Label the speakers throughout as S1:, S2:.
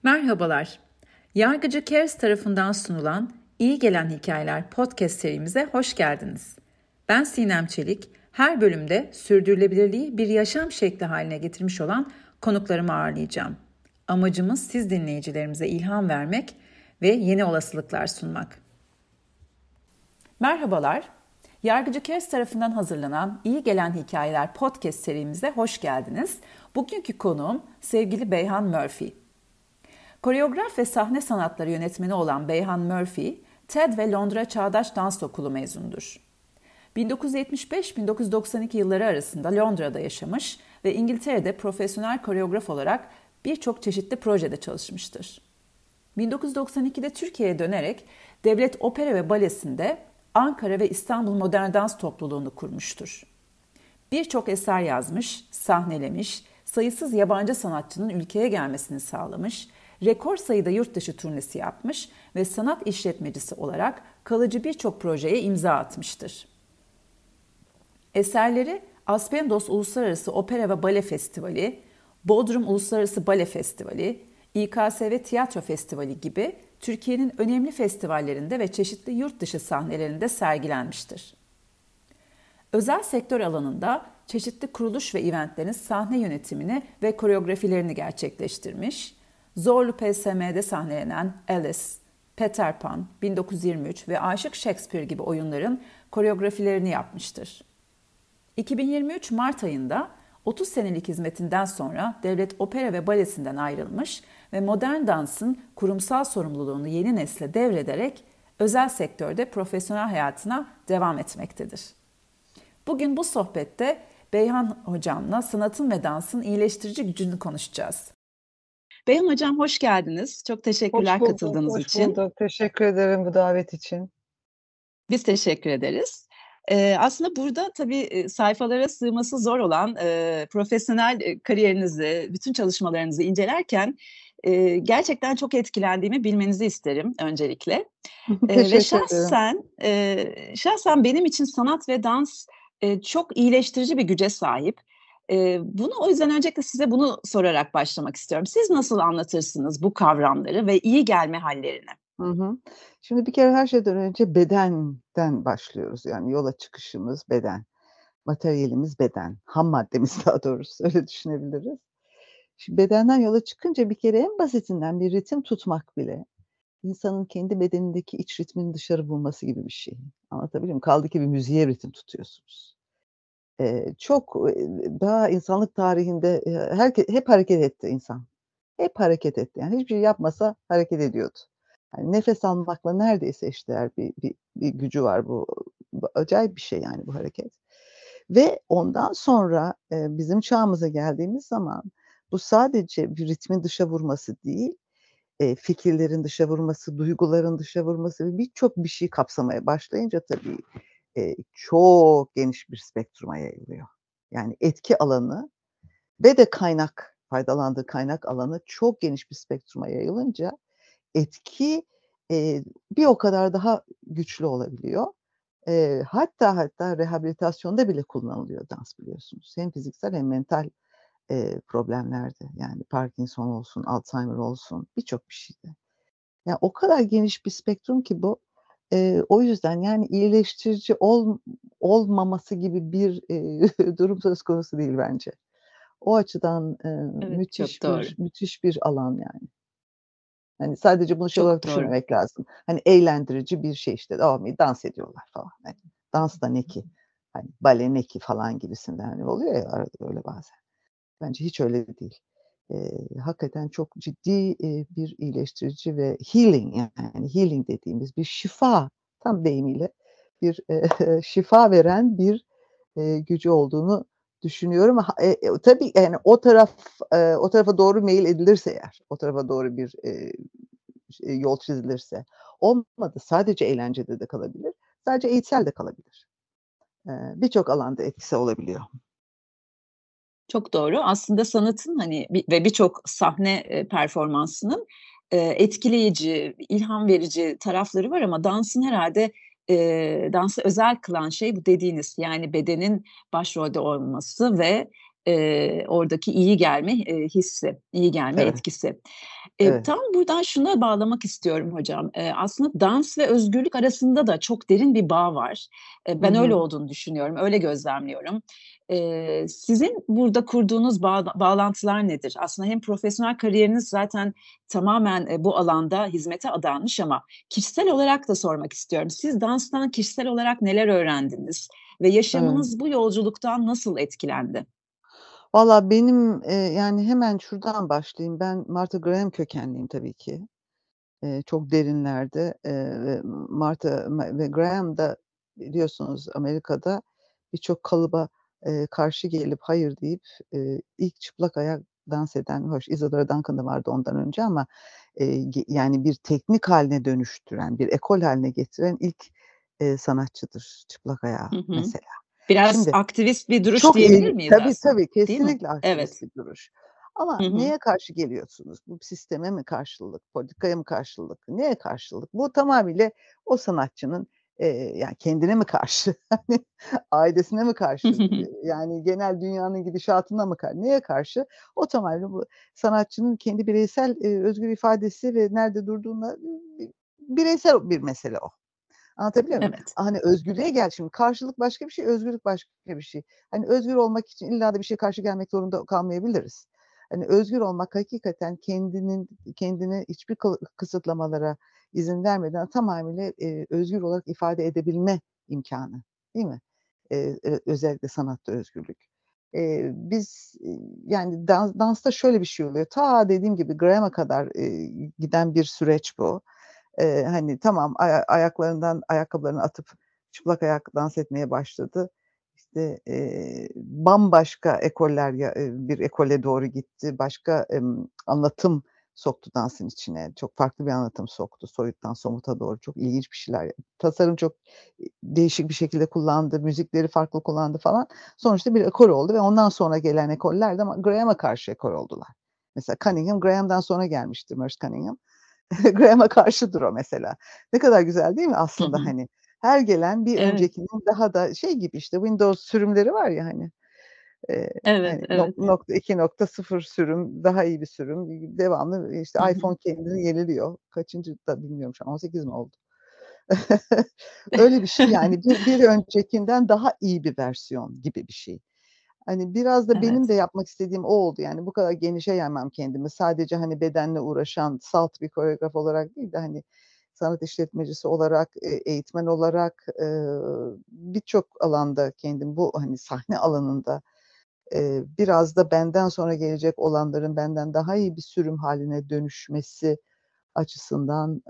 S1: Merhabalar. Yargıcı Cares tarafından sunulan İyi Gelen Hikayeler podcast serimize hoş geldiniz. Ben Sinem Çelik, her bölümde sürdürülebilirliği bir yaşam şekli haline getirmiş olan konuklarımı ağırlayacağım. Amacımız siz dinleyicilerimize ilham vermek ve yeni olasılıklar sunmak. Merhabalar. Yargıcı Cares tarafından hazırlanan İyi Gelen Hikayeler podcast serimize hoş geldiniz. Bugünkü konuğum sevgili Beyhan Murphy. Koreograf ve sahne sanatları yönetmeni olan Beyhan Murphy, TED ve Londra Çağdaş Dans Okulu mezunudur. 1975-1992 yılları arasında Londra'da yaşamış ve İngiltere'de profesyonel koreograf olarak birçok çeşitli projede çalışmıştır. 1992'de Türkiye'ye dönerek Devlet Opera ve Balesi'nde Ankara ve İstanbul Modern Dans Topluluğunu kurmuştur. Birçok eser yazmış, sahnelemiş, sayısız yabancı sanatçının ülkeye gelmesini sağlamış, rekor sayıda yurt dışı turnesi yapmış ve sanat işletmecisi olarak kalıcı birçok projeye imza atmıştır. Eserleri Aspendos Uluslararası Opera ve Bale Festivali, Bodrum Uluslararası Bale Festivali, İKSV Tiyatro Festivali gibi Türkiye'nin önemli festivallerinde ve çeşitli yurt dışı sahnelerinde sergilenmiştir. Özel sektör alanında çeşitli kuruluş ve eventlerin sahne yönetimini ve koreografilerini gerçekleştirmiş, Zorlu PSM'de sahnelenen Alice, Peter Pan, 1923 ve Aşık Shakespeare gibi oyunların koreografilerini yapmıştır. 2023 Mart ayında 30 senelik hizmetinden sonra Devlet Opera ve Balesi'nden ayrılmış ve modern dansın kurumsal sorumluluğunu yeni nesle devrederek özel sektörde profesyonel hayatına devam etmektedir. Bugün bu sohbette Beyhan Hocam'la sanatın ve dansın iyileştirici gücünü konuşacağız. Beyhan Hocam hoş geldiniz. Çok teşekkürler katıldığınız için.
S2: Hoş bulduk. Teşekkür ederim bu davet için.
S1: Biz teşekkür ederiz. Aslında burada tabii sayfalara sığması zor olan profesyonel kariyerinizi, bütün çalışmalarınızı incelerken gerçekten çok etkilendiğimi bilmenizi isterim öncelikle. Ve şahsen benim için sanat ve dans çok iyileştirici bir güce sahip. Bunu o yüzden öncelikle size bunu sorarak başlamak istiyorum. Siz nasıl anlatırsınız bu kavramları ve iyi gelme hallerini?
S2: Şimdi bir kere her şeyden önce bedenden başlıyoruz. Yani yola çıkışımız beden. Materyalimiz beden. Ham maddemiz daha doğrusu öyle düşünebiliriz. Şimdi bedenden yola çıkınca bir kere en basitinden bir ritim tutmak bile insanın kendi bedenindeki iç ritmini dışarı bulması gibi bir şey. Anlatabiliyor muyum? Kaldı ki bir müziğe ritim tutuyorsunuz. Çok daha insanlık tarihinde hep hareket etti insan. Hep hareket etti. Yani hiçbir şey yapmasa hareket ediyordu. Yani nefes almakla neredeyse eşdeğer bir gücü var bu. Acayip bir şey yani bu hareket. Ve ondan sonra bizim çağımıza geldiğimiz zaman bu sadece bir ritmin dışa vurması değil, fikirlerin dışa vurması, duyguların dışa vurması ve birçok bir şey kapsamaya başlayınca tabii çok geniş bir spektruma yayılıyor. Yani etki alanı ve de faydalandığı kaynak alanı çok geniş bir spektruma yayılınca etki bir o kadar daha güçlü olabiliyor. Hatta rehabilitasyonda bile kullanılıyor dans biliyorsunuz. Hem fiziksel hem mental problemlerde. Yani Parkinson olsun, Alzheimer olsun birçok bir şeyde. Yani o kadar geniş bir spektrum ki bu. O yüzden yani iyileştirici olmaması gibi bir durum söz konusu değil bence. O açıdan
S1: Evet, çok doğru.
S2: müthiş bir alan yani. Hani sadece bunu şey
S1: Çok
S2: olarak
S1: doğru.
S2: düşünmemek lazım. Hani eğlendirici bir şey işte. Dans ediyorlar falan. Hani dans da ne ki? Hani bale ne ki falan gibisinden hani oluyor ya arada böyle bazen. Bence hiç öyle değil. Hakikaten çok ciddi bir iyileştirici ve healing yani healing dediğimiz bir şifa tam deyimiyle bir şifa veren bir gücü olduğunu düşünüyorum. Tabii yani o tarafa doğru meyil edilirse eğer, o tarafa doğru bir yol çizilirse, olmadı sadece eğlencede de kalabilir, sadece eğitsel de kalabilir. Birçok alanda etkisi olabiliyor.
S1: Çok doğru. Aslında sanatın ve birçok sahne performansının etkileyici, ilham verici tarafları var ama dansın herhalde dansı özel kılan şey bu dediğiniz yani bedenin başrolde olması ve Oradaki iyi gelme, hissi, iyi gelme
S2: Evet,
S1: etkisi.
S2: evet.
S1: Tam buradan şuna bağlamak istiyorum hocam. Aslında dans ve özgürlük arasında da çok derin bir bağ var.
S2: Hı
S1: Ben öyle
S2: hı.
S1: olduğunu düşünüyorum, öyle gözlemliyorum. Sizin burada kurduğunuz bağlantılar nedir? Aslında hem profesyonel kariyeriniz zaten tamamen, bu alanda hizmete adanmış ama kişisel olarak da sormak istiyorum. Siz danstan kişisel olarak neler öğrendiniz ve
S2: Evet.
S1: yaşamınız bu yolculuktan nasıl etkilendi?
S2: Valla benim, yani hemen şuradan başlayayım. Ben Martha Graham kökenliyim tabii ki. Çok derinlerde, ve Martha ve Graham da biliyorsunuz Amerika'da birçok kalıba, karşı gelip hayır deyip, ilk çıplak ayak dans eden, hoş Isadora Duncan da vardı ondan önce ama, yani bir teknik hâline dönüştüren, bir ekol hâline getiren ilk, sanatçıdır çıplak ayağı
S1: Hı hı.
S2: mesela.
S1: Biraz
S2: Şimdi
S1: aktivist bir duruş
S2: çok
S1: diyebilir
S2: ilgi
S1: miyiz
S2: tabii,
S1: aslında?
S2: tabii,
S1: Değil mi?
S2: kesinlikle
S1: Evet.
S2: aktivist bir duruş. Ama
S1: Hı hı.
S2: neye karşı geliyorsunuz? Bu sisteme mi karşılık, politikaya mı karşılık, neye karşılık? Bu tamamıyla o sanatçının, yani kendine mi karşı, hani, ailesine mi karşı, yani genel dünyanın gidişatına mı neye karşı? O tamamen bu sanatçının kendi bireysel, özgür ifadesi ve nerede durduğuna, bireysel bir mesele o. Anlatabiliyor muyum?
S1: Evet.
S2: Hani, özgürlüğe gel şimdi karşılık başka bir şey, özgürlük başka bir şey. Hani, özgür olmak için illa da bir şeye karşı gelmek zorunda kalmayabiliriz. Hani, özgür olmak hakikaten kendini hiçbir kısıtlamalara izin vermeden tamamıyla, özgür olarak ifade edebilme imkânı, değil mi? Özellikle sanatta özgürlük. Biz, yani dansta şöyle bir şey oluyor. Ta dediğim gibi Graham'a kadar, giden bir süreç bu. Hani, tamam ayaklarından ayakkabılarını atıp çıplak ayak dans etmeye başladı. İşte, bambaşka ekoller bir ekole doğru gitti. Başka, anlatım soktu dansın içine. Çok farklı bir anlatım soktu soyuttan somuta doğru. Çok ilginç bir şeyler. Tasarım çok, değişik bir şekilde kullandı, müzikleri farklı kullandı falan. Sonuçta bir ekol oldu ve ondan sonra gelen ekoller de ama Graham'a karşı ekol oldular. Mesela Cunningham, Graham'dan sonra gelmişti, Merce Cunningham. Graham'a karşıdır o mesela. Ne kadar güzel değil mi
S1: Hı
S2: aslında,
S1: hı.
S2: hani? Her gelen bir
S1: Evet.
S2: öncekinin daha da şey gibi işte Windows sürümleri var ya hani,
S1: Evet,
S2: hani
S1: evet.
S2: nokta 2.0 sürüm, daha iyi bir sürüm, devamlı işte
S1: Hı hı.
S2: iPhone kendini yeniliyor. Kaçıncı da bilmiyorum şu an 18 mi oldu? Öyle bir şey yani bir öncekinden daha iyi bir versiyon gibi bir şey. Hani, biraz da benim
S1: Evet.
S2: de yapmak istediğim o oldu. Yani, bu kadar genişe yaymam kendimi. Sadece, hani, bedenle uğraşan salt bir koreograf olarak değil de, hani, sanat işletmecisi olarak, eğitmen olarak, birçok alanda kendim bu, hani, sahne alanında, biraz da benden sonra gelecek olanların benden daha iyi bir sürüm hâline dönüşmesi açısından,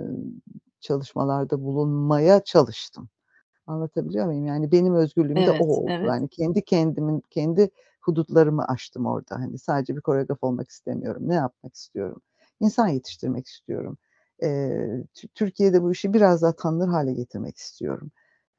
S2: çalışmalarda bulunmaya çalıştım. Anlatabiliyor muyum? Yani benim özgürlüğüm de o
S1: Evet,
S2: oldu.
S1: evet.
S2: Yani kendi hudutlarımı aştım orada. Hani sadece bir koreograf olmak istemiyorum. Ne yapmak istiyorum? İnsan yetiştirmek istiyorum. Türkiye'de bu işi biraz daha tanınır hâle getirmek istiyorum,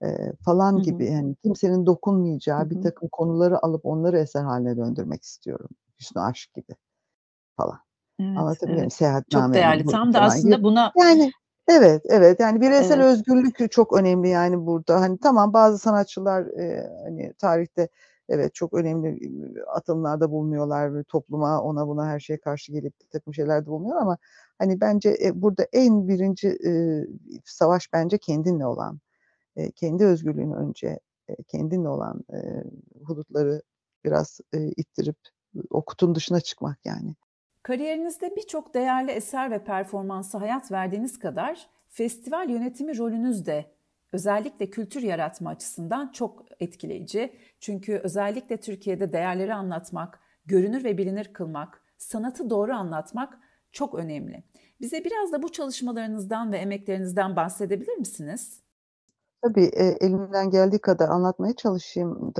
S1: Hı
S2: falan
S1: hı.
S2: gibi. Yani kimsenin
S1: Hı
S2: dokunmayacağı
S1: hı.
S2: birtakım konuları alıp onları eser hâline döndürmek istiyorum. Hüsnü Aşk gibi falan.
S1: Evet,
S2: Anlatabiliyor muyum?
S1: evet. Çok
S2: Seyahatname
S1: değerli.
S2: bu
S1: Tam da
S2: falan gibi.
S1: aslında buna
S2: Yani evet, evet, yani bireysel
S1: evet.
S2: özgürlük çok önemli yani burada. Hani tamam bazı sanatçılar, hani tarihte evet çok önemli, atılımlarda bulunuyorlar ve topluma, ona buna her şeye karşı gelip birtakım şeylerde bulunuyor ama hani bence, burada en birinci, savaş bence kendinle olan, kendi özgürlüğünü önce, kendinle olan, hudutları biraz, ittirip o kutunun dışına çıkmak yani.
S1: Kariyerinizde birçok değerli eser ve performansa hayat verdiğiniz kadar festival yönetimi rolünüz de özellikle kültür yaratma açısından çok etkileyici. Çünkü özellikle Türkiye'de değerleri anlatmak, görünür ve bilinir kılmak, sanatı doğru anlatmak çok önemli. Bize biraz da bu çalışmalarınızdan ve emeklerinizden bahsedebilir misiniz?
S2: Tabii, elimden geldiği kadar anlatmaya çalışayım.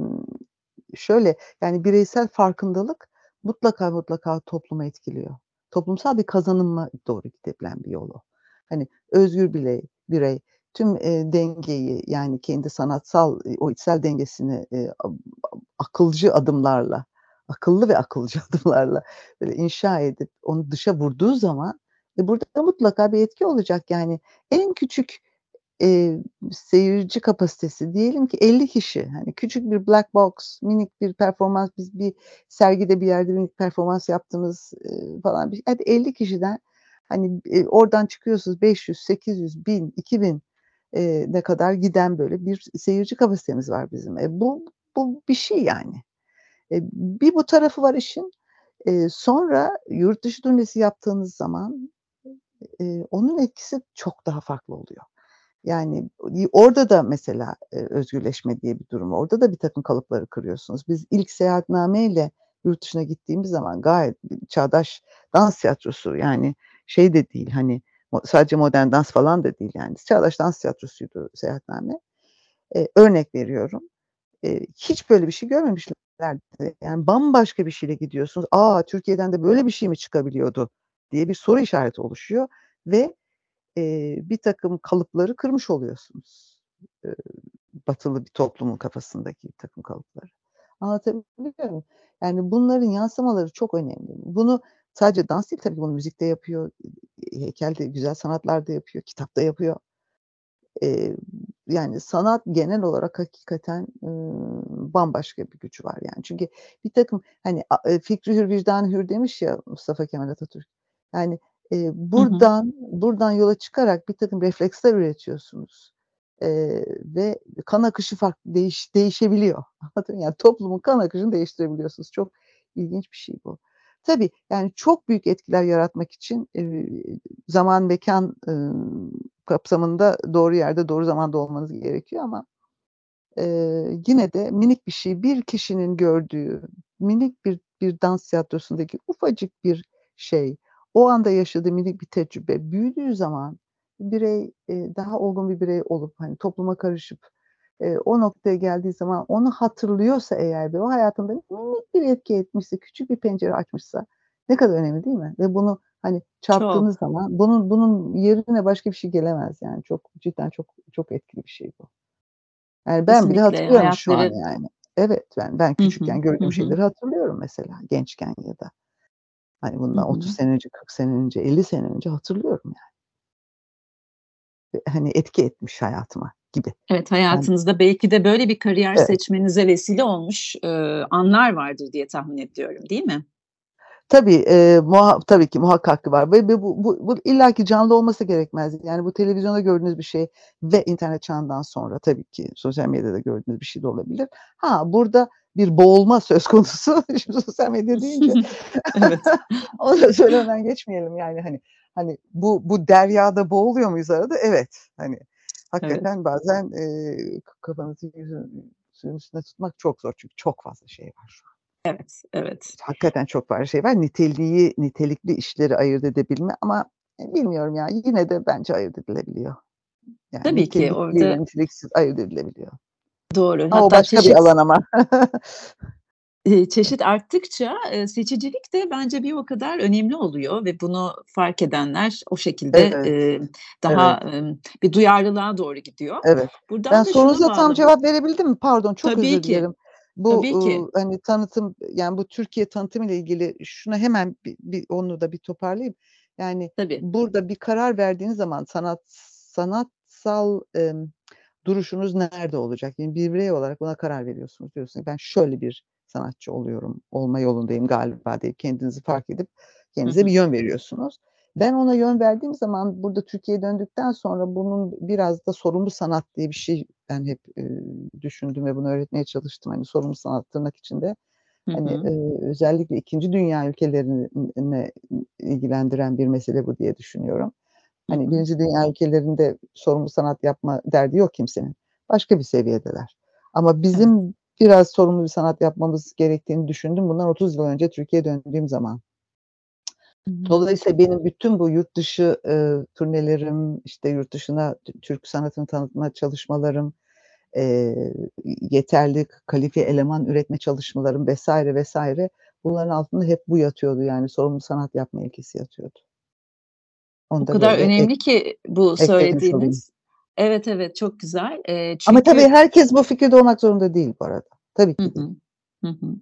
S2: Şöyle, yani bireysel farkındalık mutlaka toplumu etkiliyor. Toplumsal bir kazanıma doğru gidebilen bir yol o. Hani özgür birey tüm, dengeyi, yani kendi sanatsal, o içsel dengesini, akılcı adımlarla, akıllı ve akılcı adımlarla böyle inşa edip onu dışa vurduğu zaman, burada mutlaka bir etki olacak. Yani en küçük seyirci kapasitesi diyelim ki 50 kişi. Hani küçük bir black box, minik bir performans, biz bir sergide bir yerde minik performans yaptınız, falan bir hadi 50 kişiden hani, oradan çıkıyorsunuz 500, 800, 1000, 2000 ne kadar giden böyle bir seyirci kapasitemiz var bizim. Bu bir şey yani. Bir bu tarafı var işin. Sonra yurt dışı turnesi yaptığınız zaman, onun etkisi çok daha farklı oluyor. Yani orada da mesela, özgürleşme diye bir durum var. Orada da birtakım kalıpları kırıyorsunuz. Biz ilk seyahatnameyle yurt dışına gittiğimiz zaman gayet çağdaş dans tiyatrosu, yani şey de değil, hani, sadece modern dans falan da değil yani. Çağdaş dans tiyatrosuydu seyahatname. Örnek veriyorum. Hiç böyle bir şey görmemişlerdi. Yani bambaşka bir şeyle gidiyorsunuz. "A, Türkiye'den de böyle bir şey mi çıkabiliyordu?" diye bir soru işareti oluşuyor ve birtakım kalıpları kırmış oluyorsunuz. Eee, Batılı bir toplumun kafasındaki birtakım kalıpları. Anlatabiliyor muyum? Yani bunların yansımaları çok önemli. Bunu sadece dans değil tabii ki, bunu müzik de yapıyor, heykel de, güzel sanatlar da yapıyor, kitap da yapıyor. Eee, Yani sanat genel olarak hakikaten, bambaşka bir gücü var yani. Çünkü birtakım hani, "Fikri hür, vicdanı hür" demiş ya Mustafa Kemal Atatürk. Yani,
S1: Hı hı.
S2: buradan yola çıkarak birtakım refleksler üretiyorsunuz, ve kan akışı farklı değişebiliyor. Anlatabiliyor muyum? Yani toplumun kan akışını değiştirebiliyorsunuz. Çok ilginç bir şey bu. Tabii, yani çok büyük etkiler yaratmak için, zaman, mekân, kapsamında doğru yerde, doğru zamanda olmanız gerekiyor ama, yine de minik bir şey, bir kişinin gördüğü minik bir dans tiyatrosundaki ufacık bir şey, o anda yaşadığı minik bir tecrübe büyüdüğü zaman birey, daha olgun bir birey olup, hani, topluma karışıp, o noktaya geldiği zaman onu hatırlıyorsa eğer ve o hayatında minik bir etki etmişse, küçük bir pencere açmışsa ne kadar önemli değil mi? Ve bunu, hani, çarptığınız
S1: Çok.
S2: zaman bunun yerine başka bir şey gelemez yani. Cidden çok etkili bir şey bu. Yani ben bile
S1: Kesinlikle
S2: hatırlıyorum şu an
S1: hayatları.
S2: yani. Evet, ben
S1: Hı hı.
S2: küçükken
S1: Hı
S2: gördüğüm
S1: hı.
S2: şeyleri hatırlıyorum mesela gençken ya da hani
S1: Hı
S2: bundan 30
S1: hı.
S2: sene önce, 40 sene önce, 50 sene önce hatırlıyorum yani. Ve hani etki etmiş hayatıma gibi.
S1: Evet,
S2: Yani
S1: hayatınızda belki de böyle bir kariyer
S2: evet.
S1: seçmenize vesile olmuş, anlar vardır diye tahmin ediyorum, değil mi?
S2: Tabii, tabii ki muhakkak ki var ve bu illaki canlı olması gerekmez. Yani bu televizyonda gördüğünüz bir şey ve internet çağından sonra tabii ki sosyal medyada gördüğünüz bir şey de olabilir. Ha, burada bir boğulma söz konusu. Şimdi sosyal medya deyince
S1: Evet,
S2: onu da söylemeden geçmeyelim yani hani bu deryada boğuluyor muyuz arada? Evet. Hani
S1: evet,
S2: hakikaten bazen, kafanızı suyun üstünde tutmak çok zor çünkü çok fazla şey var şu an.
S1: evet, evet.
S2: Hakikaten çok fazla şey var. Nitelikli işleri ayırt edebilme ama, bilmiyorum ya, yine de bence ayırt edilebiliyor. Yani
S1: Tabii ki
S2: nitelikliyle
S1: orada
S2: niteliksiz ayırt edilebiliyor.
S1: doğru.
S2: Ama o
S1: Hatta
S2: başka bir alan ama.
S1: çeşit arttıkça, seçicilik de bence bir o kadar önemli oluyor ve bunu fark edenler o şekilde,
S2: Evet, evet,
S1: daha, bir duyarlılığa doğru gidiyor.
S2: evet. Ben
S1: Buradan da şuna
S2: sorunuza tam
S1: bağlamak.
S2: cevap verebildim mi? Pardon, çok
S1: Tabii
S2: özür
S1: ki,
S2: dilerim. Bu,
S1: tabii ki.
S2: hani, tanıtım, yani, bu Türkiye tanıtımıyla ilgili şuna hemen onu da bir toparlayayım. Yani,
S1: Tabii.
S2: burada bir karar verdiğiniz zaman sanatsal, duruşunuz nerede olacak? Yani bir birey olarak buna karar veriyorsunuz. Diyorsunuz ki ben şöyle bir sanatçı olma yolundayım galiba deyip kendinizi fark edip
S1: Hı
S2: kendinize bir
S1: hı.
S2: yön veriyorsunuz. Ben ona yön verdiğim zaman burada Türkiye'ye döndükten sonra bunun biraz da sorumlu sanat diye bir şey ben hep, düşündüm ve bunu öğretmeye çalıştım. Hani sorumlu sanat tırnak içinde.
S1: Hı
S2: Hani,
S1: hı.
S2: özellikle 2. dünya ülkelerini ilgilendiren bir mesele bu diye düşünüyorum.
S1: Hı
S2: Hani
S1: hı.
S2: 1. dünya ülkelerinde sorumlu sanat yapma derdi yok kimsenin. Başka bir seviyedeler. Ama
S1: Evet.
S2: bizim biraz sorumlu bir sanat yapmamız gerektiğini düşündüm bundan 30 yıl önce Türkiye'ye döndüğüm zaman.
S1: Hı hı.
S2: Dolayısıyla benim bütün bu yurt dışı, turnelerim, işte, yurt dışına Türk sanatını tanıtma çalışmalarım, eee, yeterli kalifiye eleman üretme çalışmalarım vs. vs. bunların altında hep bu yatıyordu yani sorumlu sanat yapma ilkesi yatıyordu.
S1: O
S2: Onu da
S1: kadar
S2: böyle
S1: önemli ki bu
S2: eklemiş olayım.
S1: söylediğiniz. Evet, evet, çok güzel.
S2: Ama tabii
S1: Çünkü.
S2: herkes bu fikirde olmak zorunda değil bu arada. Tabii
S1: Hı
S2: ki değil.
S1: hı. Hı hı.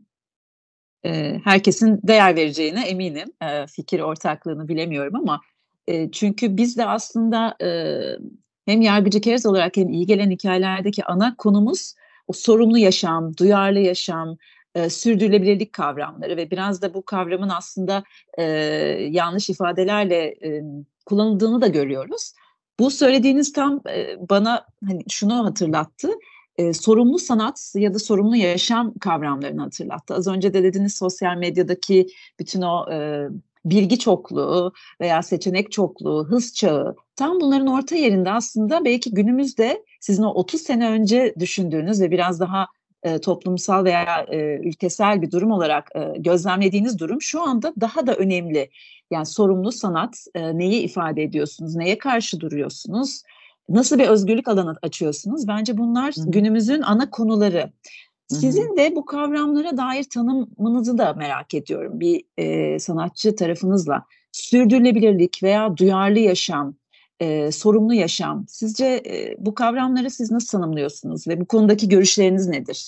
S1: Herkesin değer vereceğine eminim. Fikir ortaklığını bilemiyorum ama, çünkü biz de aslında, Hem Yargıcı Keriz olarak hem iyi gelen hikayelerdeki ana konumuz o sorumlu yaşam, duyarlı yaşam, sürdürülebilirlik kavramları ve biraz da bu kavramın aslında e, yanlış ifadelerle kullanıldığını da görüyoruz. Bu söylediğiniz tam bana hani şunu hatırlattı. Sorumlu sanat ya da sorumlu yaşam kavramlarını hatırlattı. Az önce de dediniz sosyal medyadaki bütün o bilgi çokluğu veya seçenek çokluğu, hız çağı tam bunların orta yerinde aslında belki günümüzde sizin o 30 sene önce düşündüğünüz ve biraz daha toplumsal veya ülkesel bir durum olarak gözlemlediğiniz durum şu anda daha da önemli. Yani sorumlu sanat neyi ifade ediyorsunuz, neye karşı duruyorsunuz, nasıl bir özgürlük alanı açıyorsunuz? Bence bunlar
S2: Hı hı.
S1: günümüzün ana konuları.
S2: Hı hı.
S1: Sizin de bu kavramlara dair tanımınızı da merak ediyorum bir sanatçı tarafınızla. Sürdürülebilirlik veya duyarlı yaşam, sorumlu yaşam. Sizce bu kavramları siz nasıl tanımlıyorsunuz ve bu konudaki görüşleriniz nedir?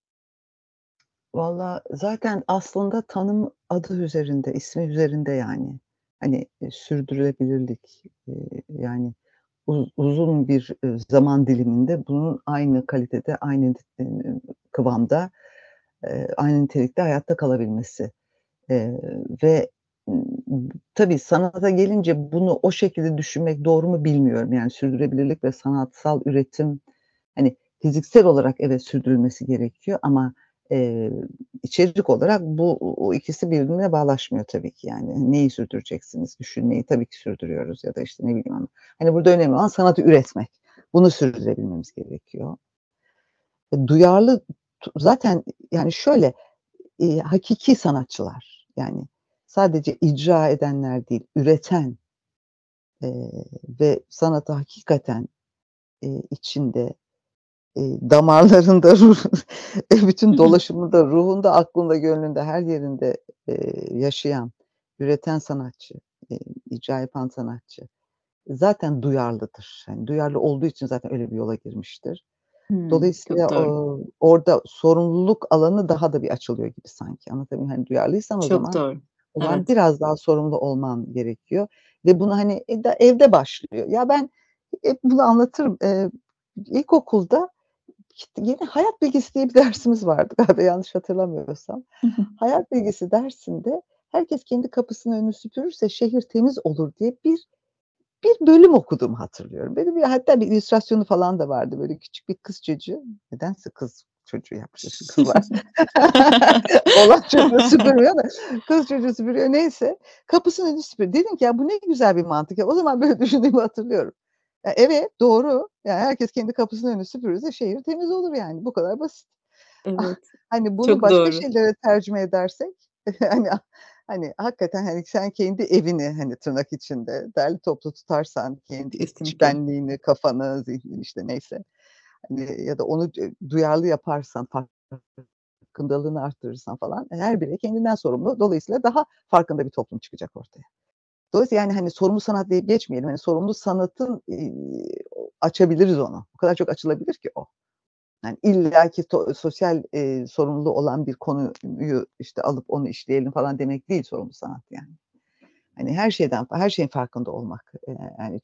S2: Valla zaten aslında tanım adı üzerinde, ismi üzerinde yani. Hani sürdürülebilirlik, yani uzun bir zaman diliminde bunun aynı kalitede, aynı kıvamda, aynı nitelikte hayatta kalabilmesi. Ve tabii sanata gelince bunu o şekilde düşünmek doğru mu bilmiyorum. Yani sürdürülebilirlik ve sanatsal üretim, hani fiziksel olarak evet sürdürülmesi gerekiyor ama eee, içerik olarak o ikisi birbirine bağlaşmıyor tabii ki yani. Neyi sürdüreceksiniz? Düşünmeyi tabii ki sürdürüyoruz ya da işte ne bileyim ama. Hani burada önemli olan sanatı üretmek. Bunu sürdürebilmemiz gerekiyor. Duyarlı zaten yani şöyle hakiki sanatçılar yani sadece icra edenler değil, üreten eee, ve sanatı hakikaten içinde damarlarında, bütün dolaşımında, ruhunda, aklında, gönlünde, her yerinde yaşayan, üreten sanatçı, icra yapan sanatçı zaten duyarlıdır. Yani duyarlı olduğu için zaten öyle bir yola girmiştir.
S1: Çok
S2: Dolayısıyla
S1: doğru.
S2: orada sorumluluk alanı daha da bir açılıyor gibi sanki. Anlatabiliyor muyum? Hani duyarlıysan
S1: Çok doğru.
S2: o zaman
S1: Evet.
S2: biraz daha sorumlu olman gerekiyor ve bunu hani evde başlıyor. Ya ben hep bunu anlatırım. İlkokulda yine hayat bilgisi diye bir dersimiz vardı galiba yanlış hatırlamıyorsam. Hayat bilgisi dersinde herkes kendi kapısının önünü süpürürse şehir temiz olur diye bir bölüm okuduğumu hatırlıyorum. Benim hatta bir illüstrasyonu falan da vardı. Böyle küçük bir kız çocuğu. Nedense kız çocuğu yapmışlar. Şimdi kızlar. Oğlan çocuğu süpürmüyor da kız çocuğu süpürüyor. Neyse. Kapısının önünü süpürüyor. Dedim ki ya bu ne güzel bir mantık. Ya, o zaman böyle düşündüğümü hatırlıyorum. Ya, evet doğru. Yani herkes kendi kapısının önünü süpürürse şehir temiz olur yani. Bu kadar basit.
S1: Evet.
S2: Hani bunu
S1: Çok
S2: başka
S1: doğru.
S2: şeylere tercüme edersek hani hakikaten, hani, sen kendi evini, hani, tırnak içinde derli toplu tutarsan, kendi iç
S1: Kesinlikle.
S2: benliğini, kafanı, zihnini, işte, neyse, hani, ya da onu duyarlı yaparsan, farkındalığını arttırırsan falan her birey kendinden sorumlu. Dolayısıyla daha farkında bir toplum çıkacak ortaya. Dolayısıyla, yani, hani, sorumlu sanat deyip geçmeyelim. Hani, sorumlu sanatın, açabiliriz onu. O kadar çok açılabilir ki o. Yani illaki sosyal, sorumluluğu olan bir konuyu, işte, alıp onu işleyelim falan demek değil sorumlu sanat yani. Hani her şeyin farkında olmak, yani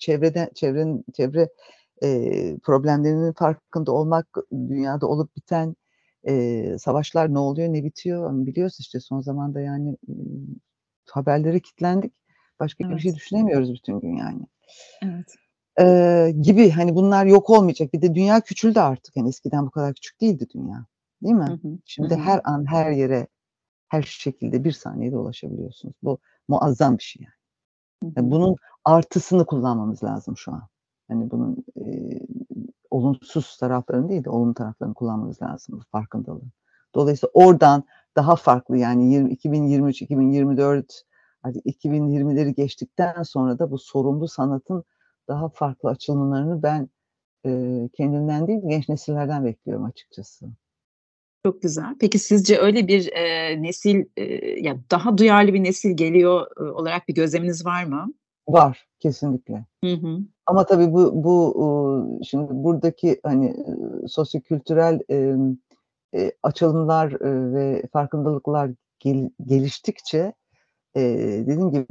S2: çevre problemlerinin farkında olmak, dünyada olup biten, savaşlar ne oluyor, ne bitiyor, hani, biliyoruz işte son zamanda yani, haberlere kilitlendik. Başka bir şey
S1: Evet.
S2: düşünemiyoruz bütün gün yani.
S1: Evet.
S2: Gibi, hani, bunlar yok olmayacak. Bir de dünya küçüldü artık. Hani, eskiden bu kadar küçük değildi dünya, değil
S1: Hı
S2: mi?
S1: hı. Hı
S2: Şimdi
S1: hı.
S2: her an, her yere, her şekilde bir saniyede ulaşabiliyorsunuz. Bu muazzam bir şey yani.
S1: Hı
S2: Ya,
S1: hı.
S2: bunun artısını kullanmamız lazım şu an. Hani, bunun, olumsuz taraflarını değil de olumlu taraflarını kullanmamız lazım, bu farkındalığın. Dolayısıyla oradan daha farklı yani 2023, 2024 artık 2020'leri geçtikten sonra da bu sorumlu sanatın daha farklı açılımlarını ben, kendimden değil genç nesillerden bekliyorum açıkçası.
S1: Çok güzel. Peki sizce öyle bir, nesil, ya, daha duyarlı bir nesil geliyor, olarak bir gözleminiz var mı?
S2: Var, kesinlikle.
S1: Hı hı.
S2: Ama tabii şimdi buradaki, hani, sosyokültürel, açılımlar, ve farkındalıklar geliştikçe, Dediğim gibi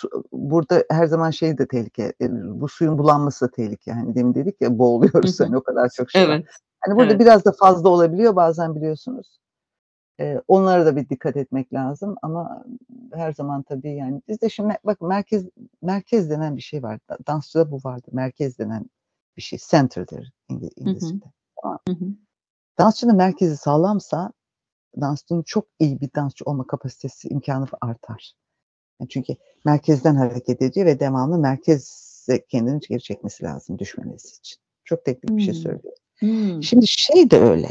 S2: burada her zaman şey de tehlike, bu suyun bulanması da tehlike. Hani demin dedik ya,
S3: Hı
S2: boğuluyoruz,
S3: hı.
S2: hani o kadar çok şey var.
S3: Evet,
S2: Hani burada
S3: evet.
S2: biraz da fazla olabiliyor bazen, biliyorsunuz. Onlara da bir dikkat etmek lazım ama her zaman tabii, yani bizde şimdi bakın, merkez denen bir şey var. Dansçıda bu vardır. Merkez denen bir şey. Center'dır
S3: Hı hı.
S2: İngilizce'de. Tamam.
S3: Hı hı.
S2: Dansçının merkezi sağlamsa dansçının çok iyi bir dansçı olma kapasitesi, imkânı artar. Çünkü merkezden hareket ediyor ve devamlı merkeze kendini geri çekmesi lazım düşmemesi için. Çok teknik bir şey
S3: Hımm.
S2: söylüyorum.
S3: Hımm.
S2: Şimdi şey de öyle.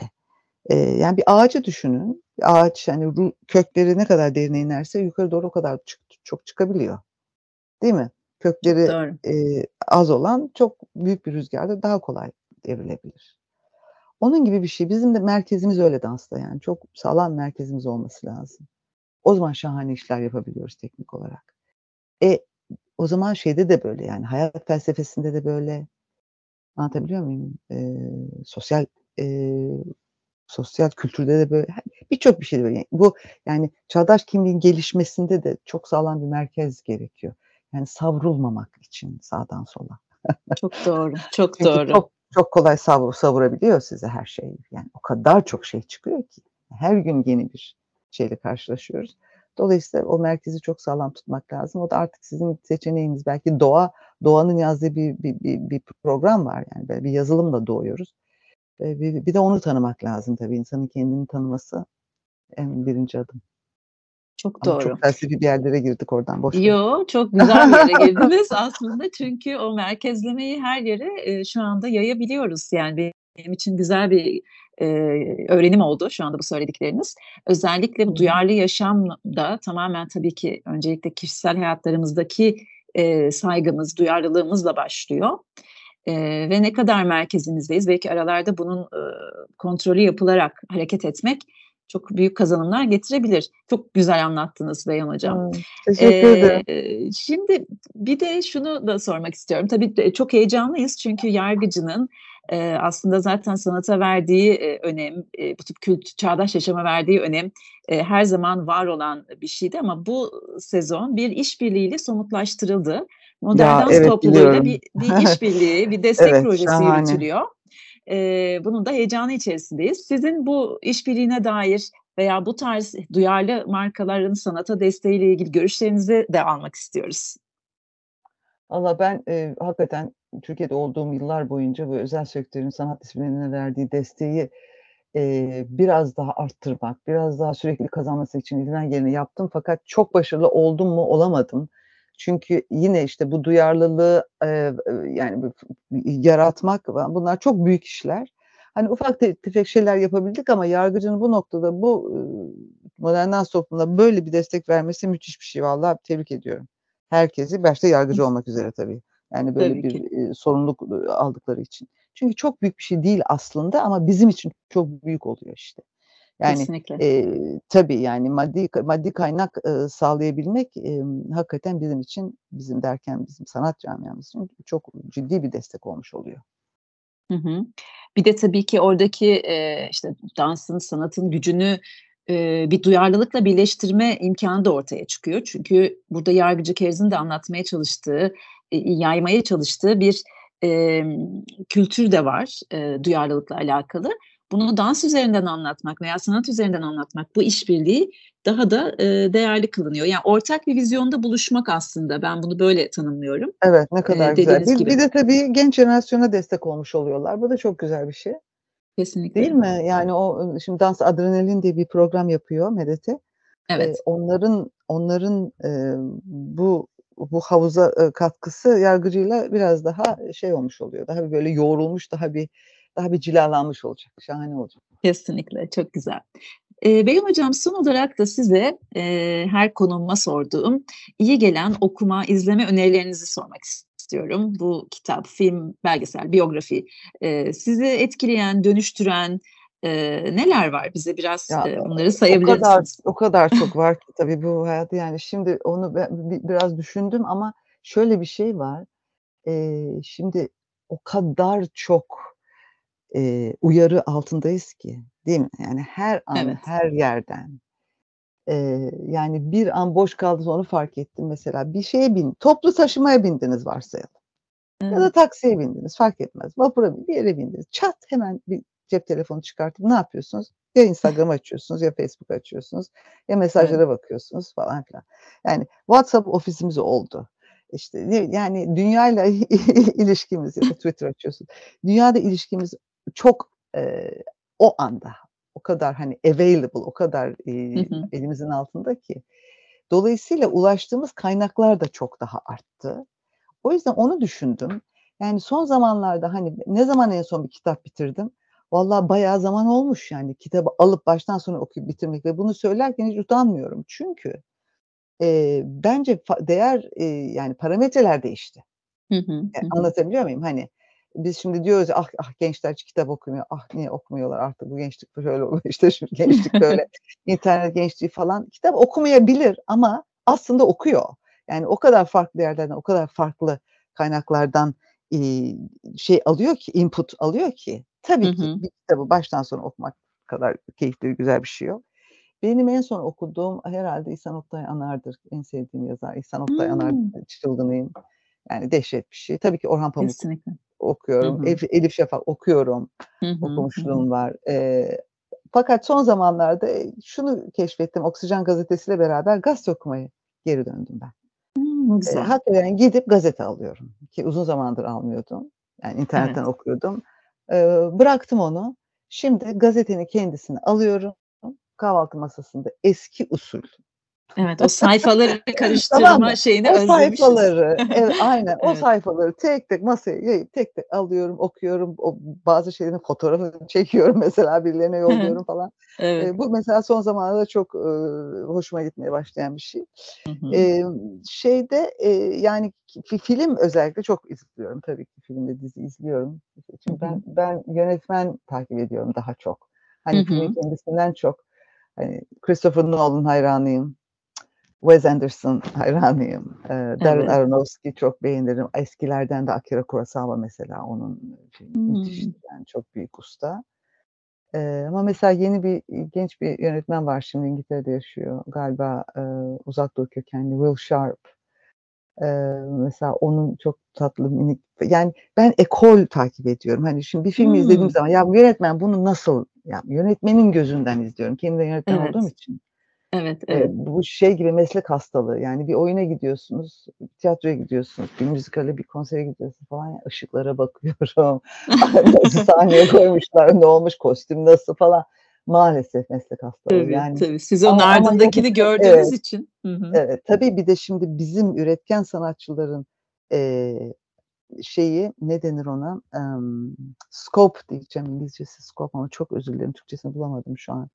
S2: Yani bir ağacı düşünün. Bir ağaç, hani kökleri ne kadar derine inerse yukarı doğru o kadar çok çıkabiliyor. Değil mi?
S3: Çok
S2: Kökleri
S3: doğru.
S2: az olan çok büyük bir rüzgarda daha kolay devrilebilir. Onun gibi bir şey. Bizim de merkezimiz öyle dansta, yani. Çok sağlam merkezimiz olması lazım. O zaman şahane işler yapabiliyoruz teknik olarak. E, O zaman şeyde de böyle, yani hayat felsefesinde de böyle. Anlatabiliyor muyum? Sosyal, eee, sosyal kültürde de böyle. Birçok bir şeyde böyle. Bu, yani çağdaş kimliğin gelişmesinde de çok sağlam bir merkez gerekiyor. Yani savrulmamak için sağdan sola.
S3: Çok doğru, çok
S2: Çünkü
S3: doğru.
S2: çok kolay savurabiliyor size her şey. Yani o kadar çok şey çıkıyor ki. Her gün yeni bir şeyle karşılaşıyoruz. Dolayısıyla o merkezi çok sağlam tutmak lazım. O da artık sizin seçeneğiniz. Belki doğanın yazdığı bir program var, yani. Böyle bir yazılımla doğuyoruz. Bir de onu tanımak lazım tabii. İnsanın kendini tanıması en birinci adım.
S3: Çok
S2: Ama çok
S3: doğru.
S2: felsefi bir yerlere girdik, oradan boş ver.
S3: Yo, çok güzel bir yere girdiniz aslında çünkü o merkezlemeyi her yere, şu anda yayabiliyoruz. Yani benim için güzel bir, öğrenim oldu şu anda bu söyledikleriniz. Özellikle
S2: Hı
S3: bu
S2: hı.
S3: duyarlı yaşam da tamamen tabii ki öncelikle kişisel hayatlarımızdaki, saygımız, duyarlılığımızla başlıyor, ve ne kadar merkezimizdeyiz, belki aralarda bunun, kontrolü yapılarak hareket etmek çok büyük kazanımlar getirebilir. Çok güzel anlattınız Beyhan Hocam.
S2: Teşekkür ederim.
S3: Şimdi bir de şunu da sormak istiyorum. Tabii çok heyecanlıyız çünkü yargıcının, aslında zaten sanata verdiği, önem, bu tip çağdaş yaşama verdiği önem, her zaman var olan bir şeydi ama bu sezon bir işbirliğiyle somutlaştırıldı. Modern
S2: Ya,
S3: Dans
S2: evet,
S3: Topluluğu'yla
S2: biliyorum.
S3: bir işbirliği, bir destek
S2: Evet,
S3: projesi
S2: şahane.
S3: yürütülüyor. Bunun da heyecanı içerisindeyiz. Sizin bu işbirliğine dair veya bu tarz duyarlı markaların sanata desteğiyle ilgili görüşlerinizi de almak istiyoruz.
S2: Valla ben, hakikaten Türkiye'de olduğum yıllar boyunca bu özel sektörün sanat disiplinlerine verdiği desteği, biraz daha arttırmak, biraz daha sürekli kazanması için elimden geleni yaptım, fakat çok başarılı oldum mu? Olamadım. Çünkü yine, işte, bu duyarlılığı, yani, yaratmak, bunlar çok büyük işler. Hani, ufak tefek şeyler yapabildik ama yargıcın bu noktada, modern dans toplumuna böyle bir destek vermesi müthiş bir şey. Vallahi tebrik ediyorum herkesi, başta yargıcı olmak üzere tabii. Yani, böyle
S3: Tabii
S2: bir,
S3: ki.
S2: sorumluluk, aldıkları için. Çünkü çok büyük bir şey değil aslında ama bizim için çok büyük oluyor işte. Yani,
S3: Kesinlikle.
S2: tabii, yani maddi kaynak, sağlayabilmek, hakikaten bizim için, bizim derken bizim sanat camiamız için çok ciddi bir destek olmuş oluyor.
S3: Hı hı. Bir de tabii ki oradaki, işte, dansın, sanatın gücünü, bir duyarlılıkla birleştirme imkânı da ortaya çıkıyor. Çünkü burada yargıcı Keriz'in de anlatmaya çalıştığı, yaymaya çalıştığı bir, kültür de var, duyarlılıkla alakalı. Bunu dans üzerinden anlatmak veya sanat üzerinden anlatmak, bu işbirliği daha da, değerli kılınıyor. Yani ortak bir vizyonda buluşmak aslında. Ben bunu böyle tanımlıyorum,
S2: Evet, ne kadar güzel.
S3: dediğiniz
S2: Bir
S3: gibi.
S2: de tabii genç jenerasyona destek olmuş oluyorlar. Bu da çok güzel bir şey. Değil
S3: Kesinlikle.
S2: mi? Yani şimdi Dans Adrenalin diye bir program yapıyor MEDET'e.
S3: Evet.
S2: Onların, bu havuza, katkısı yargıcıyla biraz daha şey olmuş oluyor. Daha bir böyle yoğrulmuş, daha bir cilalanmış olacak. Şahane olacak.
S3: Kesinlikle, çok güzel. Beyhan Hocam, son olarak da size, her konuğuma sorduğum, iyi gelen okuma, izleme önerilerinizi sormak istiyorum. Bu kitap, film, belgesel, biyografi, sizi etkileyen, dönüştüren, neler var? Bize biraz,
S2: Ya,
S3: bunları
S2: o
S3: sayabilir
S2: kadar
S3: misiniz?
S2: o kadar çok var ki tabii bu hayatta, yani şimdi onu biraz düşündüm ama şöyle bir şey var. Şimdi o kadar çok, uyarı altındayız ki, değil mi? Yani her an,
S3: Evet.
S2: her yerden. Yani bir an boş kaldınız, onu fark ettim mesela. Bir şeye toplu taşımaya bindiniz varsayalım. Ya da taksiye bindiniz, fark etmez. Vapura bir yere bindiniz. Çat hemen bir cep telefonu çıkartıp ne yapıyorsunuz? Ya Instagram açıyorsunuz, ya Facebook açıyorsunuz, ya mesajlara bakıyorsunuz falan filan. Yani WhatsApp ofisimiz oldu. İşte yani dünyayla ilişkimiz, ya da Twitter açıyorsunuz. Dünyada ilişkimiz çok o anda o kadar hani available, o kadar elimizin altında ki. Dolayısıyla ulaştığımız kaynaklar da çok daha arttı. O yüzden onu düşündüm. Yani son zamanlarda hani ne zaman en son bir kitap bitirdim? Vallahi bayağı zaman olmuş yani kitabı alıp baştan sona okuyup bitirmek ve bunu söylerken hiç utanmıyorum. Çünkü bence değer yani parametreler değişti. Anlatabiliyor muyum? Hani biz şimdi diyoruz ya, gençler hiç kitap okumuyor. Niye okumuyorlar artık, bu gençlik böyle oluyor işte, şu gençlik böyle internet gençliği falan. Kitap okumayabilir ama aslında okuyor. Yani o kadar farklı yerlerden, o kadar farklı kaynaklardan şey alıyor ki, input alıyor ki. Tabii ki bir kitabı baştan sona okumak kadar keyifli, güzel bir şey yok. Benim en son okuduğum herhalde İhsan Oktay Anar'dır. En sevdiğim yazar İhsan Oktay Anar, çılgınıyım. Yani dehşet bir şey. Tabii ki Orhan Pamuk okuyorum. Elif Şafak okuyorum. Okumuşluğum var. Fakat son zamanlarda şunu keşfettim. Oksijen gazetesiyle beraber gazete okumaya geri döndüm ben.
S3: Güzel.
S2: Hakikaten gidip gazete alıyorum. Ki uzun zamandır almıyordum. Yani internetten okuyordum. Bıraktım onu. Şimdi gazetenin kendisini alıyorum. Kahvaltı masasında eski usul.
S3: Evet, o sayfaları karıştırma
S2: Tamam mı?
S3: şeyini
S2: O
S3: özlemişiz.
S2: sayfaları, aynen o sayfaları tek tek masaya yayıp tek tek alıyorum, okuyorum. O bazı şeylerin fotoğrafını çekiyorum mesela, birilerine yolluyorum falan. Bu mesela son zamanlarda çok hoşuma gitmeye başlayan bir şey. Yani film özellikle çok izliyorum. Tabii ki film ve dizi izliyorum. Çünkü ben yönetmen takip ediyorum daha çok. Hani filmin kendisinden çok. Hani Christopher Nolan hayranıyım. Wes Anderson hayranıyım. Darren Aronofsky çok beğenirim. Eskilerden de Akira Kurosawa mesela, onun müthiştir yani, çok büyük usta. Ama mesela genç bir yönetmen var, şimdi İngiltere'de yaşıyor galiba, Uzak Doğu kökenli Will Sharp. Mesela onun çok tatlı minik, yani ben ekol takip ediyorum. Hani şimdi bir filmi izlediğim zaman ya bu yönetmen bunu nasıl, ya yönetmenin gözünden izliyorum. Kendim de yönetmen olduğum için.
S3: Evet.
S2: Bu şey gibi, meslek hastalığı. Yani bir oyuna gidiyorsunuz, tiyatroya gidiyorsunuz, bir müzikale, bir konsere gidiyorsunuz falan. Yani ışıklara bakıyorum. Nasıl sahneye koymuşlar, ne olmuş, kostüm nasıl falan. Maalesef meslek hastalığı. Yani
S3: Tabii. Siz onun ardındakini gördüğünüz için.
S2: Evet. Tabii bir de şimdi bizim üretken sanatçıların ne denir ona? Scope diyeceğim, İngilizcesi scope ama çok özür dilerim, Türkçesini bulamadım şu an.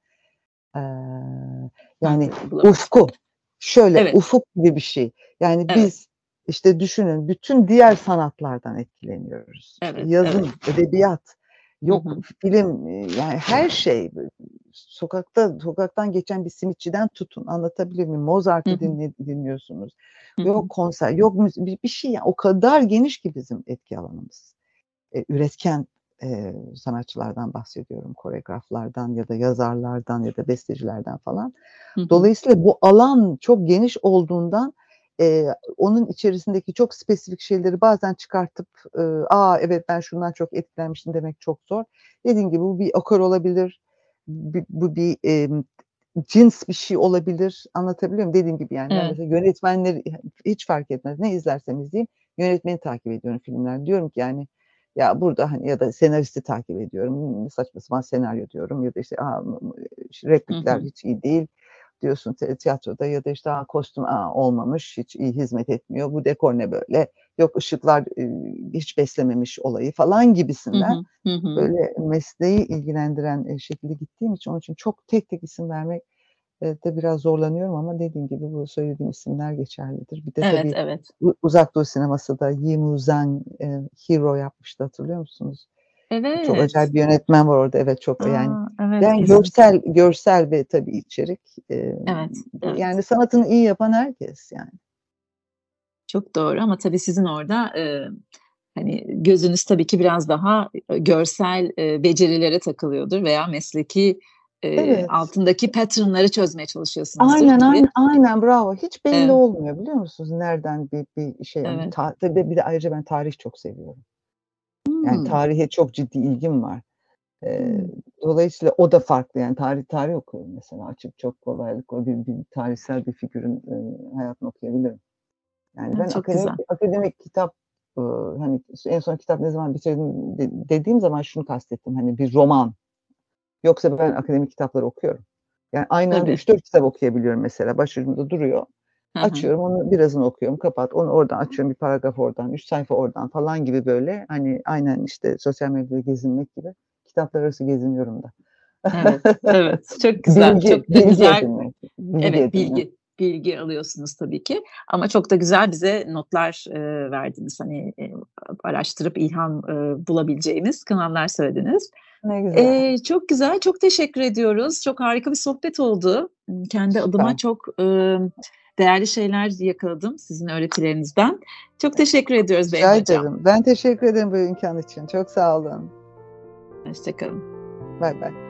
S2: Yani ufku. Şöyle ufuk gibi bir şey. Yani biz işte düşünün, bütün diğer sanatlardan etkileniyoruz. İşte yazım, edebiyat, yok film, yani her şey. Sokaktan geçen bir simitçiden tutun, anlatabiliyor muyum? Mozart'ı dinliyorsunuz. Yok konser, yok bir şey, yani o kadar geniş ki bizim etki alanımız. Üretken sanatçılardan bahsediyorum, koreograflardan ya da yazarlardan ya da bestecilerden falan. Dolayısıyla bu alan çok geniş olduğundan onun içerisindeki çok spesifik şeyleri bazen çıkartıp evet ben şundan çok etkilenmiştim demek çok zor. Dediğim gibi bu bir okor olabilir, bu bir cins bir şey olabilir, anlatabiliyor muyum? Dediğim gibi yani ben mesela yönetmenleri hiç fark etmez, ne izlersem izleyeyim yönetmeni takip ediyorum filmler. Diyorum ki yani ya burada hani, ya da senaristi takip ediyorum. Saçma sapan senaryo diyorum ya da işte replikler hiç iyi değil diyorsun tiyatroda, ya da işte kostüm olmamış, hiç iyi hizmet etmiyor. Bu dekor ne böyle? Yok ışıklar hiç beslememiş olayı falan gibisinden. Böyle mesleği ilgilendiren şekilde gittiğim için, onun için çok tek tek isim vermek de biraz zorlanıyorum ama dediğim gibi bu söylediğim isimler geçerlidir. Bir de tabii Uzak Doğu sineması da Yimou Zhang Hero yapmıştı, hatırlıyor musunuz? Çok acayip bir yönetmen var orada. Evet, çok yani görsel ve tabii içerik. Yani sanatını iyi yapan herkes yani.
S3: Çok doğru ama tabii sizin orada hani gözünüz tabii ki biraz daha görsel becerilere takılıyordur veya mesleki
S2: Evet.
S3: altındaki patternları çözmeye çalışıyorsunuzdur
S2: Aynen,
S3: gibi.
S2: aynen bravo. Hiç belli
S3: Evet.
S2: olmuyor biliyor musunuz? Nereden bir şey yani.
S3: Evet.
S2: Tabii bir de ayrıca ben tarih çok seviyorum. Yani
S3: Hmm.
S2: tarihe çok ciddi ilgim var.
S3: Hmm.
S2: Dolayısıyla o da farklı yani tarih okuyorum mesela açıp çok kolaylıkla bir tarihsel bir figürün hayatını okuyabilirim. Yani ben
S3: Çok güzel.
S2: akademik kitap hani en son kitap ne zaman bitirdim dediğim zaman şunu kastettim hani bir roman. Yoksa ben akademik kitapları okuyorum. Yani aynı anda
S3: Tabii.
S2: 3-4 kitap okuyabiliyorum mesela. Başucumda duruyor.
S3: Hı hı.
S2: Açıyorum onu birazını okuyorum. Kapat. Onu oradan açıyorum. Bir paragraf oradan. 3 sayfa oradan falan gibi böyle. Hani aynen işte sosyal medyada gezinmek gibi. Kitaplar arası geziniyorum da.
S3: Evet, evet. Çok güzel. Çok da
S2: Bilgi
S3: güzel.
S2: edinmek. Bilgi
S3: Evet,
S2: edinmek.
S3: bilgi alıyorsunuz tabii ki. Ama çok da güzel bize notlar verdiniz. Hani araştırıp ilham bulabileceğimiz kanallar söylediniz.
S2: Ne güzel.
S3: Çok güzel, çok teşekkür ediyoruz. Çok harika bir sohbet oldu. Kendi adıma
S2: Süper.
S3: çok değerli şeyler yakaladım sizin öğretilerinizden. Çok teşekkür ediyoruz Beyhan
S2: Rica
S3: Hocam.
S2: ederim. Ben teşekkür ederim bu imkan için. Çok sağ olun.
S3: Hoşçakalın.
S2: Bay bay.